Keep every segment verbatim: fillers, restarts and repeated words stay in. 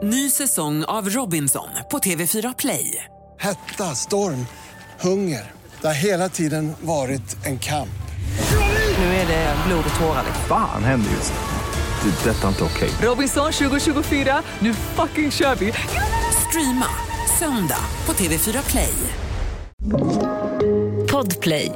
Ny säsong av Robinson på T V fyra Play. Hetta, storm, hunger. Det har hela tiden varit en kamp. Nu är det blod och tårar. Fan händer just det. Det är detta inte okej. Robinson tjugo tjugofyra, nu fucking kör vi. Streama söndag på T V fyra Play. Podplay.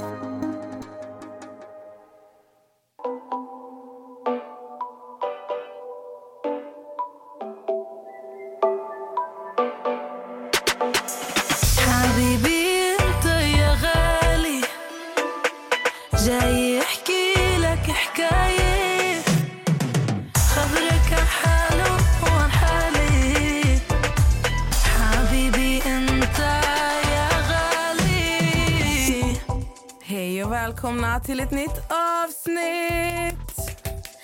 Välkomna till ett nytt avsnitt.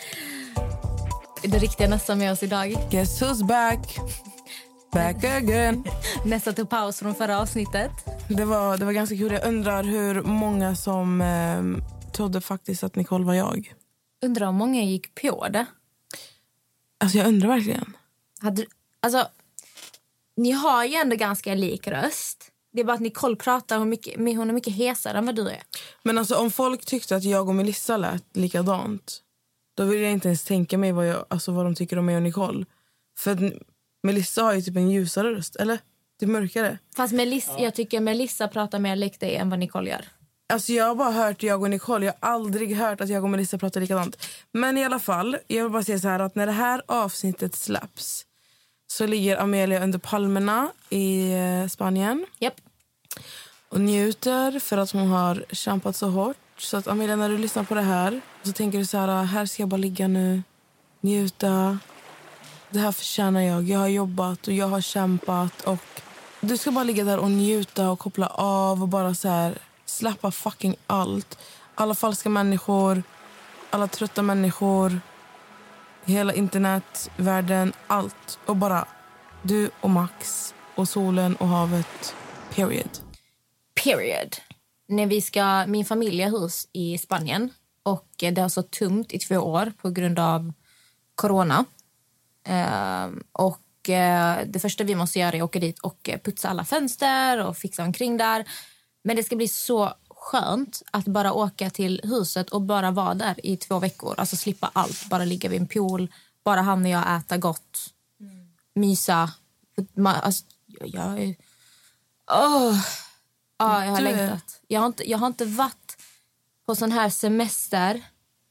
Det riktiga Nessa med oss idag. Guess who's back? Back again. Nessa tog paus från förra avsnittet. Det var, det var ganska kul. Jag undrar hur många som eh, trodde faktiskt att Nicole var jag. Undrar om många gick på det. Alltså jag undrar verkligen. Hade, alltså, ni har ju ändå ganska lik röst. Det är bara att Nicole pratar hon, mycket, hon är mycket hesare än vad du är. Men alltså om folk tyckte att jag och Melissa lät likadant, då vill jag inte ens tänka mig vad, jag, alltså vad de tycker om mig och Nicole. För att Melissa har ju typ en ljusare röst, eller? Typ mörkare. Fast Melissa, jag tycker Melissa pratar mer likt dig än vad Nicole gör. Alltså jag har bara hört jag och Nicole. Jag har aldrig hört att jag och Melissa pratar likadant. Men i alla fall, jag vill bara säga så här att när det här avsnittet släpps så ligger Amelia under palmerna i Spanien. Japp. Och njuter för att hon har kämpat så hårt. Så att Amelia, när du lyssnar på det här så tänker du så här: här ska jag bara ligga nu, njuta. Det här förtjänar jag. Jag har jobbat och jag har kämpat. Och du ska bara ligga där och njuta och koppla av och bara så här släppa fucking allt. Alla falska människor, alla trötta människor, hela internetvärlden, allt. Och bara du och Max och solen och havet. Period. Period. När vi ska, min familj har hus i Spanien och det har så tomt i två år på grund av corona. Uh, och uh, det första vi måste göra är att åka dit och putsa alla fönster och fixa omkring där. Men det ska bli så skönt att bara åka till huset och bara vara där i två veckor. Alltså slippa allt, bara ligga vid en pool, bara han och jag äta gott, mm. mysa. Alltså, jag är... Åh... Ja, jag har du... längtat. Jag har, inte, jag har inte varit på sån här semester.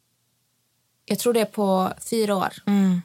Jag tror det är på fyra år. Mm.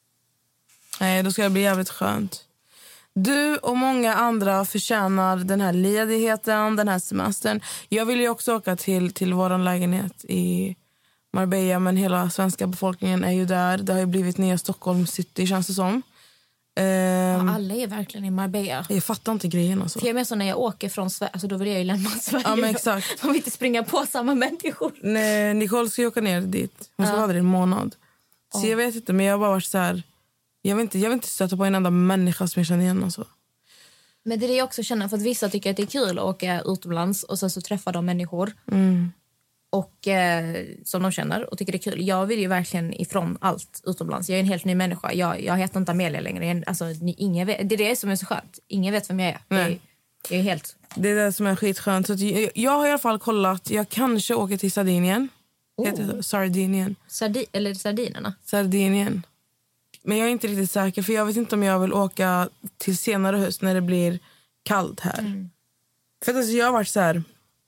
Nej, då ska det bli jävligt skönt. Du och många andra förtjänar den här ledigheten, den här semestern. Jag vill ju också åka till, till våran lägenhet i Marbella, men hela svenska befolkningen är ju där. Det har ju blivit nya Stockholm city, känns det som. Um, ja, alla är verkligen i Marbella. Jag fattar inte grejen alltså. För jag menar så när jag åker från Sverige, alltså då vill jag ju lämna Sverige. Ja, men exakt. Man vill inte springa på samma människor. Nej, Nicole ska ju åka ner dit. Hon ska ja. vara där i en månad. Så oh. jag vet inte, men jag har bara varit så här. Jag vill inte, jag vill inte stöta på en enda människa som jag känner igen alltså. Men det är det jag också känner, för att vissa tycker att det är kul att åka utomlands och sen så träffar de människor. Mm. Och eh, som de känner och tycker det är kul. Jag vill ju verkligen ifrån allt utomlands. Jag är en helt ny människa. Jag, jag heter inte Amelia längre. Jag, alltså, ni, ingen vet, det är det som är så skönt. Ingen vet vem jag är. Jag, jag är helt... Det är det som är skitskönt. Så att jag, jag har i alla fall kollat. Jag kanske åker till Sardinien. Oh. Heter Sardinien. Sardi, eller Sardinerna? Sardinien. Men jag är inte riktigt säker. För jag vet inte om jag vill åka till senare höst när det blir kallt här. Mm. För att alltså, jag har varit så här...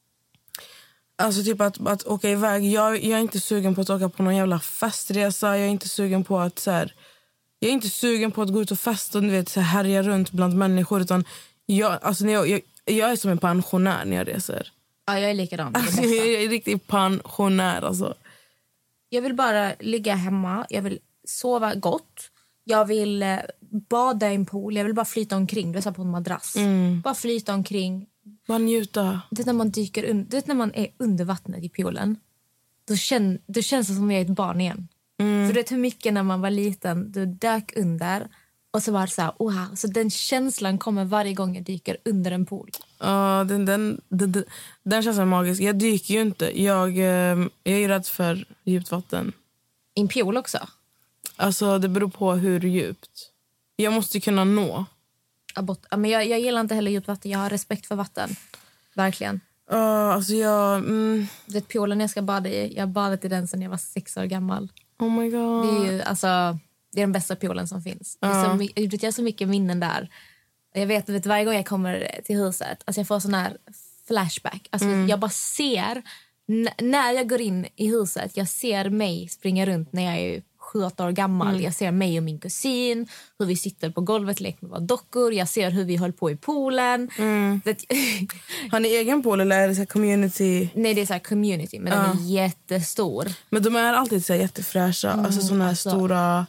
Alltså typ att, att åka iväg. Jag, jag är inte sugen på att åka på någon jävla festresa. Jag är inte sugen på att så här, jag är inte sugen på att gå ut och festa och du vet, så här, härja runt bland människor. Utan jag, alltså, när jag, jag, jag är som en pensionär när jag reser. Ja, jag är likadan. Alltså, jag är riktigt pensionär alltså. Jag vill bara ligga hemma. Jag vill sova gott. Jag vill eh, bada i en pool. Jag vill bara flyta omkring. Du vet, på en madrass. Mm. Bara flyta omkring. Bara njuta. Det är när man dyker un- det är när man är under vattnet i poolen. Då, känn- då känns det som att jag är ett barn igen. Mm. För det är hur mycket när man var liten. Du dök under. Och så var det så här, wow. Så den känslan kommer varje gång jag dyker under en pool. Ja, uh, den, den, den, den, den känns magisk. Jag dyker ju inte. Jag, uh, jag är ju rädd för djupt vatten. I en pool också? Alltså, det beror på hur djupt. Jag måste kunna nå. Abort. Men jag, jag gillar inte heller djupt vatten. Jag har respekt för vatten. Verkligen. Uh, alltså jag... Mm. Det poolen jag ska bada i. Jag har badat i den sedan jag var sex år gammal. Oh my god. Det är ju, alltså... Det är den bästa poolen som finns. Uh. Det är så, my- jag har så mycket minnen där. Jag vet, vet varje gång jag kommer till huset. Alltså jag får sån här flashback. Alltså mm. jag bara ser... N- när jag går in i huset. Jag ser mig springa runt när jag är sju åtta år gammal. Mm. Jag ser mig och min kusin. Hur vi sitter på golvet, leker med våra dockor. Jag ser hur vi höll på i poolen. Mm. Det... Har ni egen pool eller är det så här community? Nej, det är så här community. Men uh. den är jättestor. Men de är alltid så här jättefräscha. Mm. Alltså såna här alltså, stora...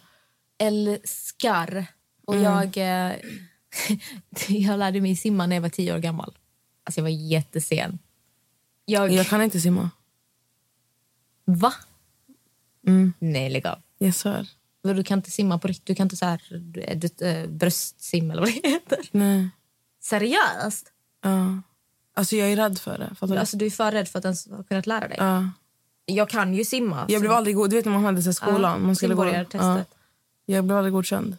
Älskar. Och mm. jag... Eh, jag lärde mig simma när jag var tio år gammal. Alltså jag var jättesen. Jag, jag kan inte simma. Va? Mm. Nej, lägg av. Jag svär. Du kan inte simma på riktigt. Du kan inte så här du, du, äh, bröstsim eller vad det heter. Nej. Seriöst? Ja. Alltså jag är rädd för det. Fattar du? Alltså du är för rädd för att ens ha kunnat lära dig. Ja. Jag kan ju simma. Jag blev så. aldrig god. Du vet när man hade så här skolan. Ja, man skulle gå. Ja. Jag blev aldrig godkänd.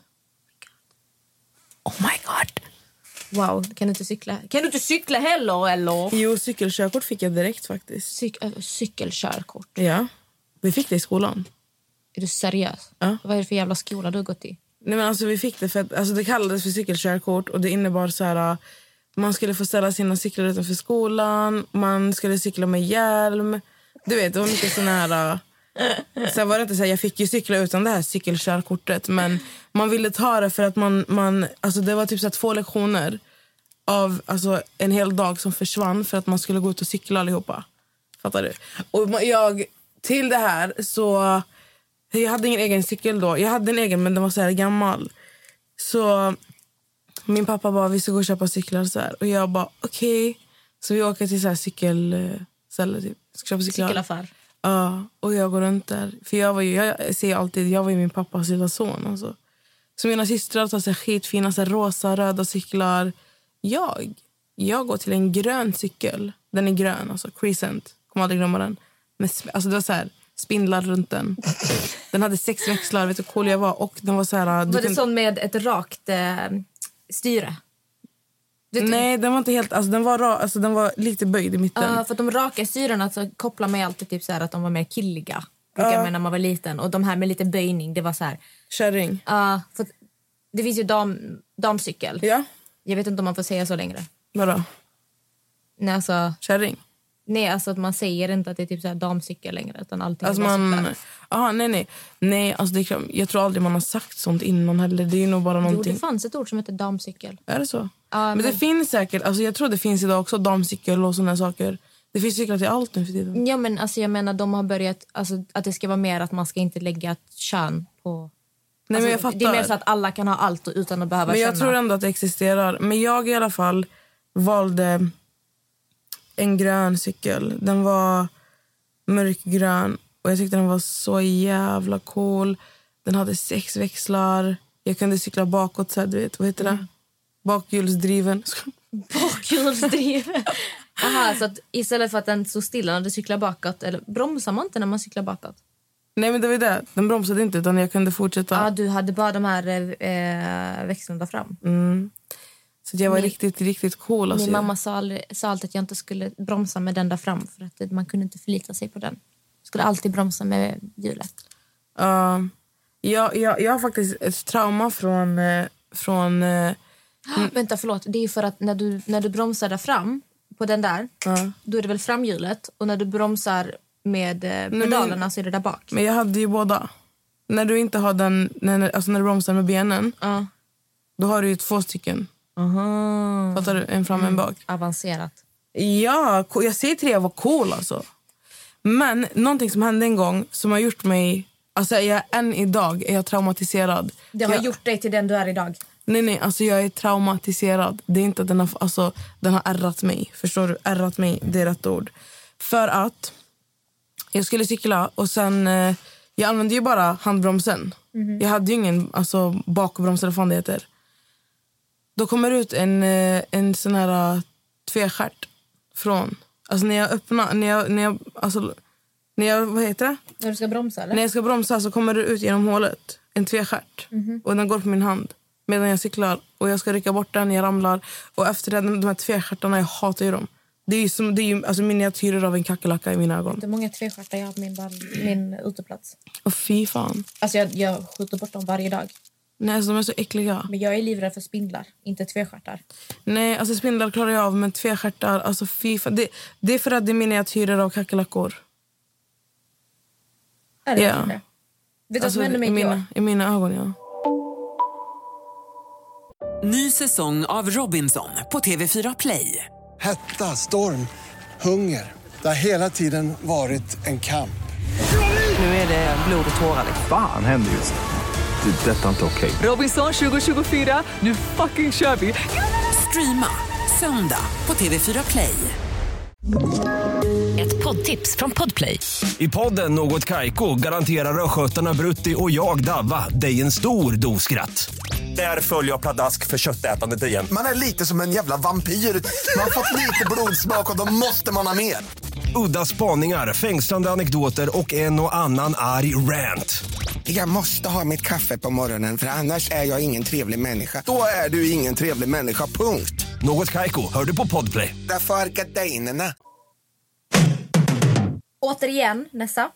Oh my god. Wow, kan du inte cykla? Kan du inte cykla heller eller? Jo, cykelkörkort fick jag direkt faktiskt. Cyk- äh, cykelkörkort? Ja, vi fick det i skolan. Är du seriös? Ja. Vad är det för jävla skola du har gått i? Nej men alltså vi fick det för att, alltså det kallades för cykelkörkort och det innebar så här man skulle få ställa sina cyklar utanför skolan, man skulle cykla med hjälm. Du vet, det var mycket sån här. Sen var det inte så här, jag fick ju cykla utan det här cykelkörkortet, men man ville ta det för att man man alltså det var typ så här två lektioner av alltså en hel dag som försvann för att man skulle gå ut och cykla allihopa. Fattar du? Och jag till det här så jag hade ingen egen cykel då. Jag hade en egen men den var så här gammal. Så min pappa bara vi ska gå och köpa cyklar så här och jag bara okej. Okay. Så vi åker till så här cykelställe typ. Ska köpa cyklar. Cykelaffär. Ja, och jag går runt där för jag var ju jag ser alltid jag var ju min pappas lilla son alltså. Så mina systrar tar så här skitfina så här rosa röda cyklar. Jag jag går till en grön cykel. Den är grön alltså crescent. Kommer aldrig glömma den. Men alltså det var så här spindlar runt den. Den hade sex växlar, vet du hur cool jag var. Och den var så här... Var det kan... sån med ett rakt eh, styre? Nej, den var inte helt... Alltså den var, ra... alltså, den var lite böjd i mitten. Ja, uh, för att de raka styrena alltså, kopplar mig alltid typ så här att de var mer killiga. Brukar uh. jag när man var liten. Och de här med lite böjning, det var så här... Kärring. Ja, uh, för det finns ju dam, damcykel. Ja. Jag vet inte om man får säga så längre. Vadå? Nej, alltså... Kärring? Nej, alltså att man säger inte att det är typ så här damcykel längre utan allting alltså är man aha, nej nej. Nej, alltså det är, jag tror aldrig man har sagt sånt innan heller. Det är nog bara någonting. Jo, det fanns ett ord som heter damcykel. Är det så? Uh, men, men det finns säkert, alltså jag tror det finns idag också damcykel och såna saker. Det finns cyklar till allt nu för tiden. Ja, men alltså jag menar de har börjat alltså att det ska vara mer att man ska inte lägga ett kön på. Nej, alltså, men jag fattar. Det är mer så att alla kan ha allt utan att behöva men jag känna. tror ändå att det existerar. Men jag i alla fall valde en grön cykel. Den var mörkgrön och jag tyckte den var så jävla cool. Den hade sex växlar. Jag kunde cykla bakåt så här, du vet, vad heter det? Mm. Bakhjulsdriven. Bakhjulsdriven. Aha, så att istället för att den stod stilla när du cyklar bakåt, eller bromsar man inte när man cyklar bakåt? Nej, men det var det. Den bromsade inte utan jag kunde fortsätta. Ja, du hade bara de här eh, växlarna fram. Mm. Så jag var min, riktigt, riktigt cool. Alltså. Min mamma sa, aldrig, sa alltid att jag inte skulle bromsa med den där fram. För att man kunde inte förlita sig på den. Jag skulle alltid bromsa med hjulet. Uh, jag, jag, jag har faktiskt ett trauma från... Eh, från eh, oh, vänta, förlåt. Det är för att när du, när du bromsar där fram på den där, uh. då är det väl framhjulet. Och när du bromsar med eh, pedalerna men, så är det där bak. Men jag hade ju båda. När du inte har den... När, alltså när du bromsar med benen, uh. då har du ju två stycken. Aha. Fattar du? En fram och en bak. Mm, avancerat. Ja, jag säger till dig att jag var cool alltså. Men någonting som hände en gång som har gjort mig... Alltså jag, än idag är jag traumatiserad. Det har jag, gjort dig till den du är idag? Nej, nej. Alltså jag är traumatiserad. Det är inte att den har... Alltså, den har ärrat mig. Förstår du? Ärrat mig, det är rätt ord. För att jag skulle cykla och sen... Eh, jag använde ju bara handbromsen. Mm-hmm. Jag hade ju ingen alltså, bakbroms eller vad fan det heter. Då kommer ut en, en sån här tvestjärt från... Alltså när jag öppnar... När jag, när jag, alltså, när jag, vad heter det? När du ska bromsa, eller? När jag ska bromsa så kommer det ut genom hålet. En tvestjärt. Mm-hmm. Och den går på min hand. medan jag cyklar. Och jag ska rycka bort den, jag ramlar. Och efter det, de här tvestjärtarna, jag hatar ju dem. Det är ju, som, det är ju alltså, miniatyrer av en kackerlacka i mina ögon. Det är många tvestjärtar jag har på min, min uteplats. Och fy fan. Alltså jag, jag skjuter bort dem varje dag. Nej, alltså, de är så äckliga. Men jag är livrädd för spindlar, inte tvestjärtar. Nej, alltså spindlar klarar jag av, men tvestjärtar, alltså fy fan. Det, det är för att det är miniatyrer av kackerlackor. Är det Ja. det? Vet du Alltså, vad som hände i, mig igår? mina, I mina ögon, ja. Ny säsong av Robinson på T V fyra Play. Hetta, storm, hunger. Det har hela tiden varit en kamp. Nu är det blod och tårar. Fan händer just det. Det är detta inte okej. Robinson tjugo tjugofyra, nu fucking kör vi. Streama söndag på T V fyra Play. Ett poddtips från Podplay. I podden Något Kaiko garanterar röskötarna Brutti och jag Davva dig en stor doskratt. Där följer jag pladask för köttätandet igen. Man är lite som en jävla vampyr. Man har fått lite blodsmak och då måste man ha mer. Udda spaningar, fängslande anekdoter och en och annan arg rant. Jag måste ha mitt kaffe på morgonen för annars är jag ingen trevlig människa. Då är du ingen trevlig människa, punkt. Något Kaiko, hör du på Podplay. Därför är gardinerna. Återigen, Nessa.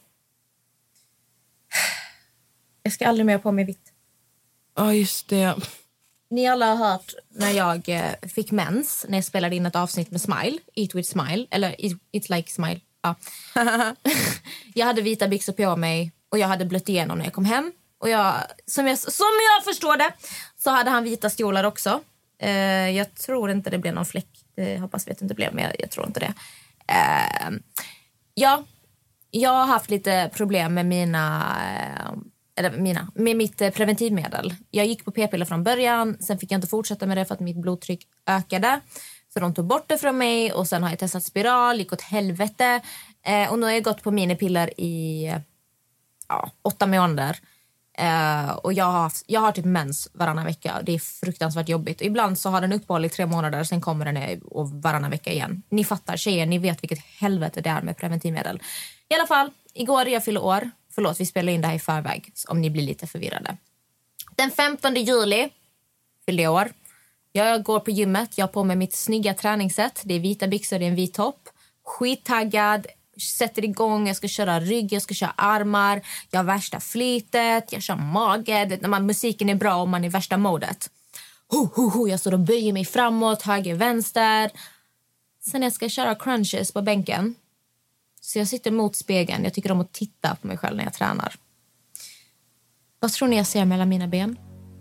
Jag ska aldrig mer på mig vitt. Ja, just det. Ni alla har hört när jag eh, fick mens, när jag spelade in ett avsnitt med Smile, Eat with Smile, eller Eat, Eat like Smile. Ja. Jag hade vita byxor på mig och jag hade blött igenom när jag kom hem. Och jag, som, jag, som jag förstår det, så hade han vita stolar också. Eh, jag tror inte det blev någon fläck. Det hoppas vi att det inte blev, men jag, jag tror inte det. Eh, ja, jag har haft lite problem med mina... Eh, eller mina, med mitt preventivmedel. Jag gick på p-piller från början. Sen fick jag inte fortsätta med det för att mitt blodtryck ökade. Så de tog bort det från mig. Och sen har jag testat spiral, gick åt helvete. Eh, och nu har jag gått på minipiller i ja, åtta månader. Eh, och jag har, haft, jag har typ mens varannan vecka. Det är fruktansvärt jobbigt. Och ibland så har den uppehåll i tre månader. Sen kommer den och varannan vecka igen. Ni fattar, tjejer, ni vet vilket helvete det är med preventivmedel. I alla fall, igår jag fyllde år. Förlåt, vi spelar in det här i förväg om ni blir lite förvirrade. Den femtonde juli fyllde jag år. Jag går på gymmet, jag har på mig mitt snygga träningssätt. Det är vita byxor, det är en vit topp. Skittaggad, sätter igång, jag ska köra rygg, jag ska köra armar. Jag har värsta flytet, jag kör mage. Det, när man, musiken är bra och man är i värsta modet. Ho, ho, ho, jag står och böjer mig framåt, höger, vänster. Sen jag ska köra crunches på bänken. Så jag sitter mot spegeln. Jag tycker om att titta på mig själv när jag tränar. Vad tror ni jag ser mellan mina ben?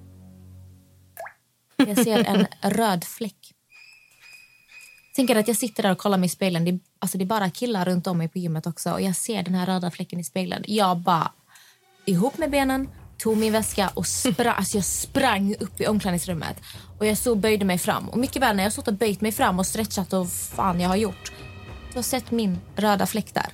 Jag ser en röd fläck. Tänker att jag sitter där och kollar mig i spegeln. Det är, alltså det är bara killar runt om mig på gymmet också. Och jag ser den här röda fläcken i spegeln. Jag bara ihop med benen, tog min väska och sprang. Alltså jag sprang upp i omklädningsrummet. Och jag så böjde mig fram. Och mycket väl när jag så böjt mig fram och stretchat och fan jag har gjort. Du har sett min röda fläck där.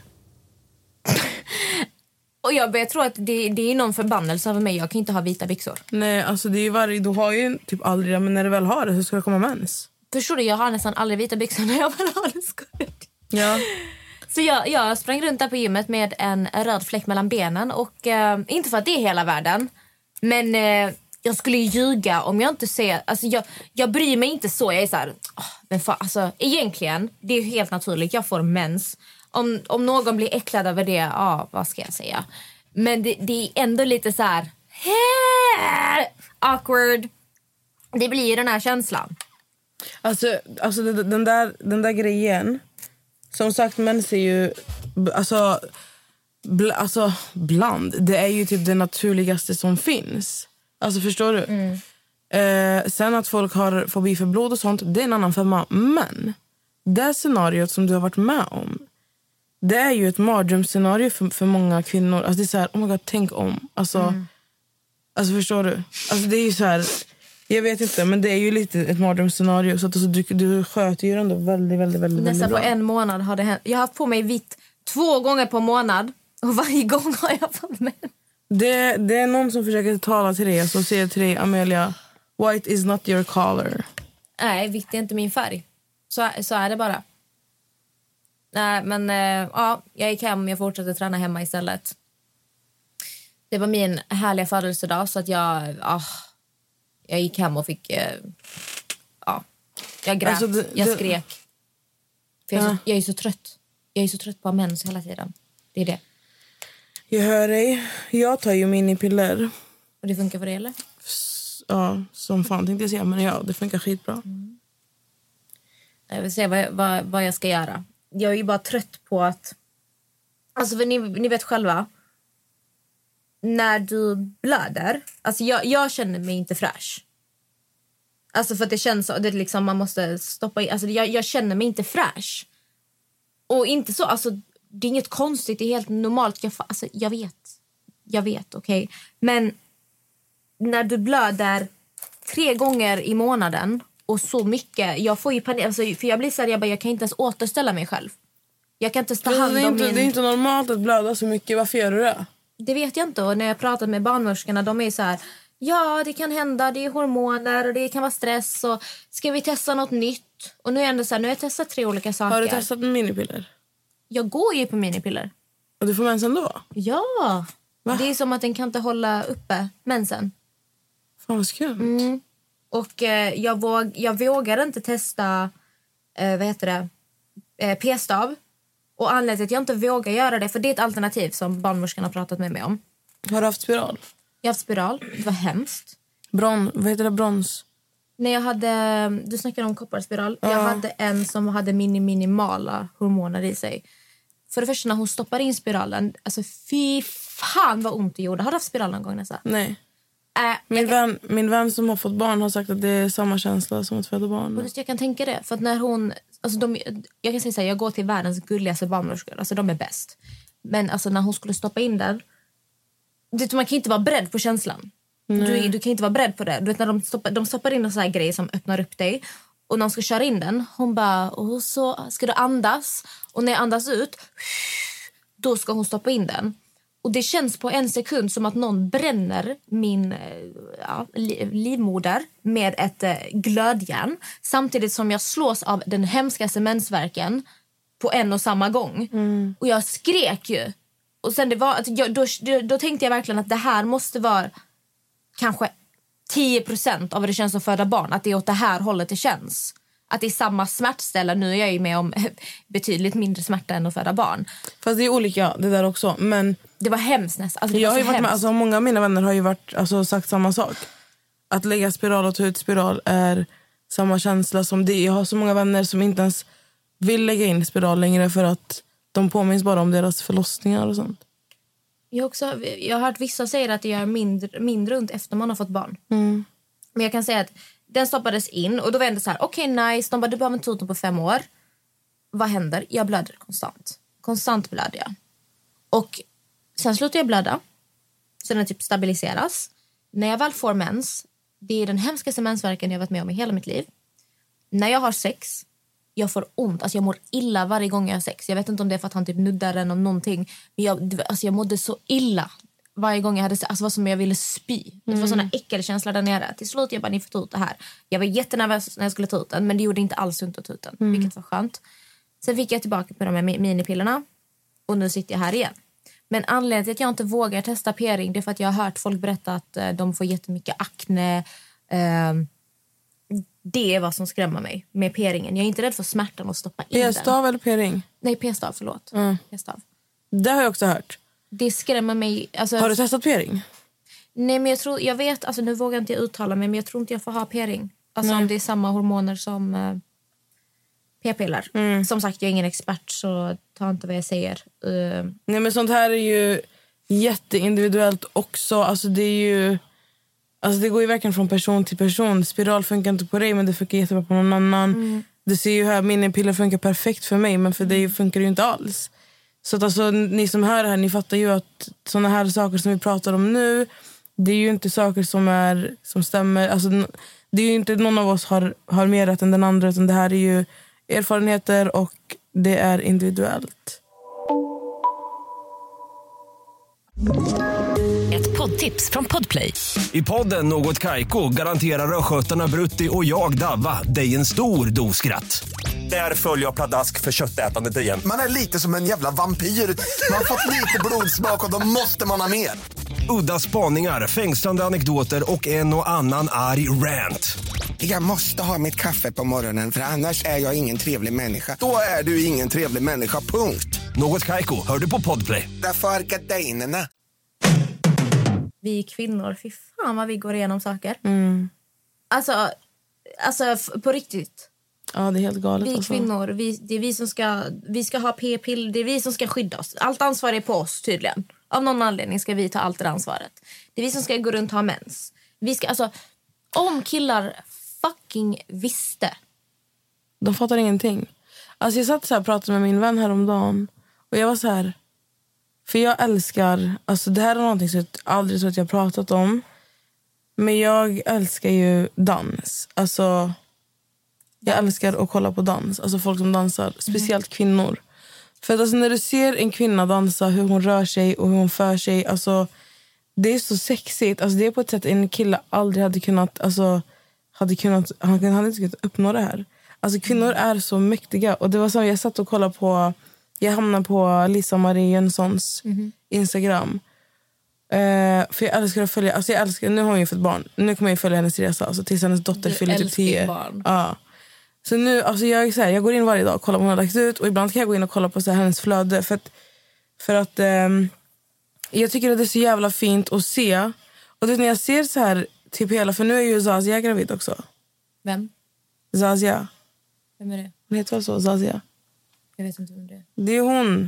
Och jag börjar tro att det, det är någon förbannelse över mig. Jag kan inte ha vita byxor. Nej, alltså det är ju varje... Du har ju typ aldrig det, men när du väl har det så ska det komma mens. Förstår du, jag har nästan aldrig vita byxor när jag väl har det skuld. Ja. Så jag, jag sprang runt där på gymmet med en röd fläck mellan benen. Och eh, inte för att det är hela världen. Men eh, jag skulle ljuga om jag inte ser... Alltså jag, jag bryr mig inte så. Jag är så här... Oh, men för, alltså, egentligen, det är ju helt naturligt. Jag får mens. Om, om någon blir äcklad över det, ja, vad ska jag säga? Men det, det är ändå lite så här... awkward. Det blir ju den här känslan. Alltså, alltså den, där, den där grejen... Som sagt, mens är ju... Alltså, bl, alltså, bland. Det är ju typ det naturligaste som finns. Alltså, förstår du? Mm. Eh, sen att folk har fobi för blod och sånt, det är en annan femma. Men det scenariot som du har varit med om, det är ju ett mardrömsscenario för, för många kvinnor. Alltså det är så här, oh my god, tänk om. Alltså, mm. alltså förstår du? Alltså det är ju så här, jag vet inte, men det är ju lite ett mardrömsscenario. Så att alltså, du, du sköter ju ändå väldigt, väldigt, väldigt, Nästan väldigt bra. På en månad har det hänt. Jag har haft på mig vitt två gånger på månad. Och varje gång har jag fått med. Det, det är någon som försöker tala till dig. Så säger till dig, Amelia, white is not your color. Nej, vitt är inte min färg. Så, så är det bara. Nej, men äh, ja, jag gick hem och jag fortsatte träna hemma istället. Det var min härliga födelsedag så att jag... Ah, Jag gick hem och fick... Eh, ja, jag grät, Alltså, det- jag det- skrek. För jag är, Ja. så, jag är så trött. Jag är så trött på mens hela tiden. Det är det. Jag hör dig. Jag tar ju minipiller. Och det funkar för dig, eller? Ja, som fan tänkte jag säga. Men ja, det funkar skitbra. Mm. Jag vill se vad, jag- vad, vad jag ska göra. Jag är ju bara trött på att... Alltså, för ni, ni vet själva. När du blöder... Alltså, jag, jag känner mig inte fräsch. Alltså, för att det känns... Det är liksom, man måste stoppa in... Alltså, jag, jag känner mig inte fräsch. Och inte så... Alltså, det är inget konstigt. Det är helt normalt. Jag, fa- alltså, jag vet. Jag vet, okej. Okay? Men när du blöder tre gånger i månaden... Och så mycket. Jag får ju panik. Alltså, för jag blir så här, jag, bara, jag kan inte ens återställa mig själv. Jag kan inte ta Det hand är, om inte, min... det är inte normalt att blöda så mycket. Varför gör du det? Det vet jag inte. Och när jag pratat med barnmorskorna, de är så här... Ja, det kan hända. Det är hormoner och det kan vara stress. Och ska vi testa något nytt? Och nu är jag ändå så här, nu har jag testat tre olika saker. Har du testat med minipiller? Jag går ju på minipiller. Och du får mens ändå? Ja. Va? Det är som att den kan inte hålla uppe mensen. Fan vad skumt. Mm. Och eh, jag, våg, jag vågar inte testa eh, vad heter det? Eh, p-stav. Och anledningen till att jag inte vågar göra det, för det är ett alternativ som barnmorskan har pratat med mig om. Har du haft spiral? Jag har haft spiral. Det var hemskt. Bron, vad heter det? Brons? När jag hade, du snackade om kopparspiral. Ja. Jag hade en som hade mini, minimala hormoner i sig. För det första när hon stoppar in spiralen, alltså fy fan vad ont det gjorde. Har du haft spiral någon gång nästan? Nej. Äh, Min jag, kan, vän, min vän som har fått barn har sagt att det är samma känsla som att föda barn. jag kan tänka det. För att när hon, alltså de, jag kan säga så här, jag går till världens gulligaste barnmorskor. Alltså de är bäst. Men alltså när hon skulle stoppa in den, det, man kan inte vara beredd på känslan. Du, du kan inte vara beredd på det. Du vet, när de stoppar, de stoppar in en sån här grej som öppnar upp dig. Och när de ska köra in den, hon bara, och så ska du andas. Och när jag andas ut, då ska hon stoppa in den. Och det känns på en sekund som att någon bränner min ja, livmoder med ett eh, glödjärn. Samtidigt som jag slås av den hemskaste mensvärken på en och samma gång. Mm. Och jag skrek ju. Och sen det var, att jag, då, då, då tänkte jag verkligen att det här måste vara kanske tio procent av vad det känns att föda barn. Att det är åt det här hållet det känns. Att det är samma smärtställe. Nu är jag ju med om betydligt mindre smärta än att föda barn. Fast det är olika det där också. Men det var hemskt nästan. Alltså, jag har ju varit varit med, hemskt. alltså, många av mina vänner har ju varit, alltså, sagt samma sak. Att lägga spiral och ta ut spiral är samma känsla som det. Jag har så många vänner som inte ens vill lägga in spiral längre för att de påminns bara om deras förlossningar och sånt. Jag, också, jag har hört vissa säga att det gör mindre, mindre ont efter man har fått barn. Mm. Men jag kan säga att den stoppades in och då var det så här, okej okay, nice, de bara, du behöver inte ta ut den på fem år. Vad händer? Jag blöder konstant. Konstant blöder jag. Och sen slutar jag blöda. Sen den typ stabiliseras. När jag väl får mens, det är den hemskaste mensvärken jag varit med om i hela mitt liv. När jag har sex, jag får ont. Alltså jag mår illa varje gång jag har sex. Jag vet inte om det är för att han typ nuddar den och någonting. Men jag, alltså jag mådde så illa varje gång jag hade sex. Alltså det var som jag ville spy. Mm. Det var såna äckelkänslor där nere. Till slut jag bara, ni får ta ut det här. Jag var jättenervös när jag skulle ta ut den. Men det gjorde inte alls ont att ta ut den. Mm. Vilket var skönt. Sen fick jag tillbaka på de här minipillerna. Och nu sitter jag här igen. Men anledningen till att jag inte vågar testa p-ring, det är för att jag har hört folk berätta att uh, de får jättemycket akne. Uh, det är vad som skrämmer mig med p-ringen. Jag är inte rädd för smärtan att stoppa in den. P-stav eller p-ring? Nej, p-stav, förlåt. Mm. P-stav. Det har jag också hört. Det skrämmer mig. Alltså, har du testat p-ring? Nej, men jag tror, jag vet, alltså nu vågar inte jag uttala mig, men jag tror inte jag får ha p-ring. Alltså Nej. om det är samma hormoner som uh, p-piller. Mm. Som sagt, jag är ingen expert, så ta inte vad jag säger. Uh, Nej, men sånt här är ju jätteindividuellt också. Alltså det är ju... Alltså det går ju verkligen från person till person. Spiral funkar inte på dig, men det funkar jättebra på någon annan. Mm. Du ser ju här, minipiller funkar perfekt för mig, men för dig funkar det ju inte alls. Så att alltså, ni som hör det här, ni fattar ju att såna här saker som vi pratar om nu, det är ju inte saker som är som stämmer. Alltså, det är ju inte någon av oss har, har mer rätt än den andra, utan det här är ju erfarenheter och det är individuellt. Ett poddtips från Podplay. I podden Något Kaiko garanterar röskötarna Brutti och jag Davva dig en stor doskratt. Där följer jag pladask för köttätandet igen. Man är lite som en jävla vampyr. Man har fått lite blodsmak och då måste man ha mer. Udda spaningar, fängslande anekdoter och en och annan arg rant. Jag måste ha mitt kaffe på morgonen för annars är jag ingen trevlig människa. Då är du ingen trevlig människa, punkt. Något Kaiko, hör du på Podplay. Därför är gardinerna. Vi kvinnor, fy fan vad vi går igenom saker. Mm. Alltså, alltså f- på riktigt. Ja, det är helt galet. Vi alltså. kvinnor, vi, det är vi som ska, vi ska ha p-piller, det är vi som ska skydda oss. Allt ansvar är på oss tydligen. Av någon anledning ska vi ta allt det ansvaret. Det är vi som ska gå runt och ha mens. Vi ska, alltså, om killar fucking visste. De fattar ingenting. Alltså jag satt så här och pratade med min vän häromdagen. Och jag var så här... För jag älskar... Alltså det här är någonting som jag aldrig tror att jag har pratat om. Men jag älskar ju dans. Alltså... Jag älskar att kolla på dans. Alltså folk som dansar. Speciellt kvinnor. För att alltså när du ser en kvinna dansa, hur hon rör sig och hur hon för sig. Alltså det är så sexigt. Alltså det är på ett sätt en kille aldrig hade kunnat... Alltså, hade kunnat han hade inte kunnat uppnå det här. Alltså kvinnor är så mäktiga. Och det var så jag satt och kollade på... Jag hamnade på Lisa Marie Jönssons mm-hmm. Instagram. Uh, för jag älskar att följa... Alltså jag älskar... Nu har hon ju fått barn. Nu kommer jag följa hennes resa. Alltså tills hennes dotter du fyller typ tio. Barn. Ja. Så nu, alltså jag, är så här, jag går in varje dag och kollar på vad hon har lagt ut. Och ibland kan jag gå in och kolla på så här, hennes flöde. För att, för att um, jag tycker att det är så jävla fint att se. Och det, när jag ser så här typ hela... För nu är ju Zazia gravid också. Vem? Zazia. Vem är det? Hon heter väl så, Zazia? Jag vet inte vem det är. Det är hon.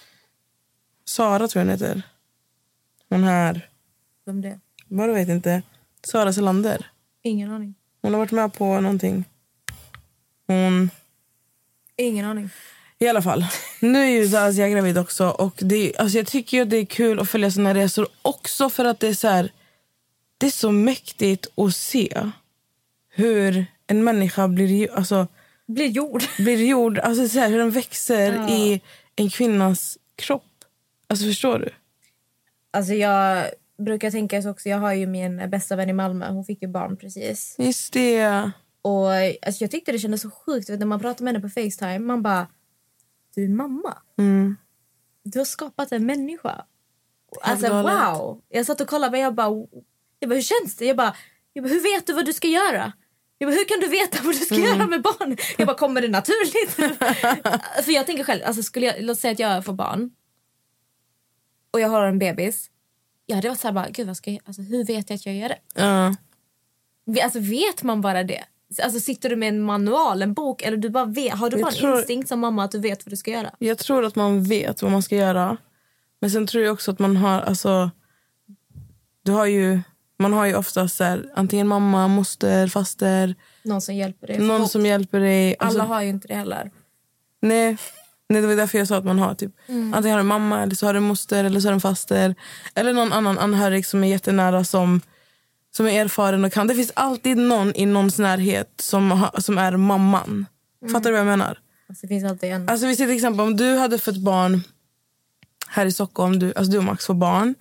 Sara tror jag hon heter. Hon här. Vem det är? Vad du vet inte. Sara Selander. Ingen aning. Hon har varit med på någonting. Hon... Ingen aning. I alla fall. Nu är ju Zazia gravid också. Och det, alltså jag tycker ju att det är kul att följa såna resor. Också för att det är så här... Det är så mäktigt att se hur en människa blir... Alltså, blir gjord. Blir gjord. Alltså så här, hur den växer ja. i en kvinnas kropp. Alltså förstår du? Alltså jag brukar tänka så också. Jag har ju min bästa vän i Malmö. Hon fick ju barn precis. Just det. Och alltså, jag tyckte det kändes så sjukt. Vet, när man pratar med henne på FaceTime. Man bara, du är mamma. Mm. Du har skapat en människa. Alltså wow. Jag satt och kollade och jag bara, jag bara, hur känns det? Jag bara, jag bara, hur vet du vad du ska göra? Jag bara, hur kan du veta vad du ska mm. göra med barn? Jag bara, kommer det naturligt? För jag tänker själv, alltså skulle jag, låt säga att jag får barn. Och jag har en bebis. Jag hade varit så här bara, gud vad ska jag, alltså hur vet jag att jag gör det? Uh. Alltså vet man bara det? Alltså sitter du med en manual, en bok, eller du bara vet, har du jag bara tror, en instinkt som mamma att du vet vad du ska göra? Jag tror att man vet vad man ska göra. Men sen tror jag också att man har, alltså, du har ju, man har ju ofta så här, antingen mamma, moster, faster. Någon som hjälper dig. Någon som hjälper dig. Alla alltså, har ju inte det heller. Nej, nej, det var därför jag sa att man har typ, mm. antingen har du mamma, eller så har du moster, eller så har du en faster. Eller någon annan anhörig som är jättenära som, som är erfaren och kan. Det finns alltid någon i någons närhet som, ha, som är mamman. Mm. Fattar du vad jag menar? Alltså, det finns alltid en. Alltså vi ser till exempel om du hade fått barn här i Stockholm, du, alltså du och Max får barn.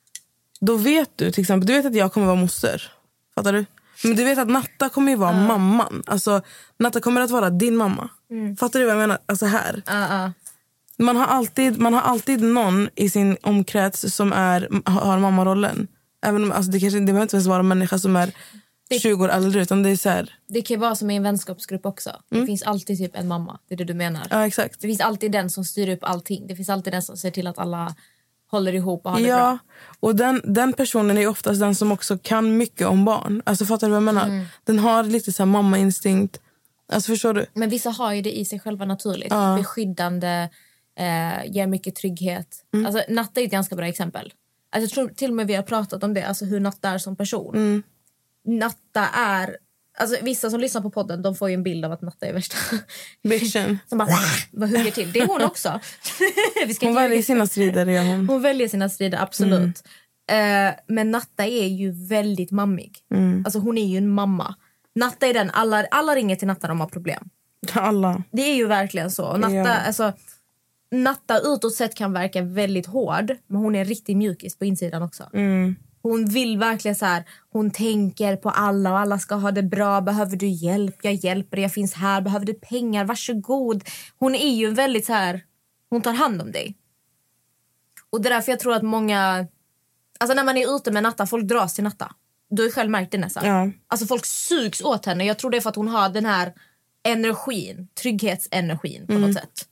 Då vet du till exempel, du vet att jag kommer vara moster. Fattar du? Men du vet att Natta kommer ju vara uh. mamman. Alltså Natta kommer att vara din mamma. Mm. Fattar du vad jag menar? Alltså här. Uh -uh. Man har alltid man har alltid någon i sin omkrets som är har mammarollen. Även om alltså det kanske det behöver inte ens vara en människa som är det, tjugo år äldre, utan det är så här. Det kan vara som i en vänskapsgrupp också. Mm. Det finns alltid typ en mamma. Det är det du menar. Ja, exakt. Det finns alltid den som styr upp allting. Det finns alltid den som ser till att alla håller ihop och har det ja, bra. Och den, den personen är oftast den som också kan mycket om barn. Alltså fattar du vad jag menar? Mm. Den har lite så här mamma-instinkt. Alltså förstår du? Men vissa har ju det i sig själva naturligt. Ja. Beskyddande, eh, ger mycket trygghet. Mm. Alltså Natta är ett ganska bra exempel. Alltså, jag tror till och med vi har pratat om det. Alltså hur Natta är som person. Mm. Natta är... Alltså vissa som lyssnar på podden, de får ju en bild av att Natta är värsta bitchen. Som bara, bara hugger till. Det är hon också. Vi ska hon väljer göra... sina strider, ja, hon. Hon väljer sina strider, absolut. Mm. Uh, men Natta är ju väldigt mammig. Mm. Alltså hon är ju en mamma. Natta är den, alla, alla ringer till Natta när de har problem. Alla. Det är ju verkligen så. Natta, ja. alltså, Natta utåt sett kan verka väldigt hård, men hon är riktigt mjukis på insidan också. Mm. Hon vill verkligen så här, hon tänker på alla och alla ska ha det bra. Behöver du hjälp? Jag hjälper dig, jag finns här. Behöver du pengar? Varsågod. Hon är ju väldigt så här, hon tar hand om dig. Och det är därför jag tror att många, Alltså när man är ute med Natta, folk dras till Natta. Du har själv märkt det nästan. Ja. Alltså folk sugs åt henne. Jag tror det är för att hon har den här energin, trygghetsenergin på mm. något sätt.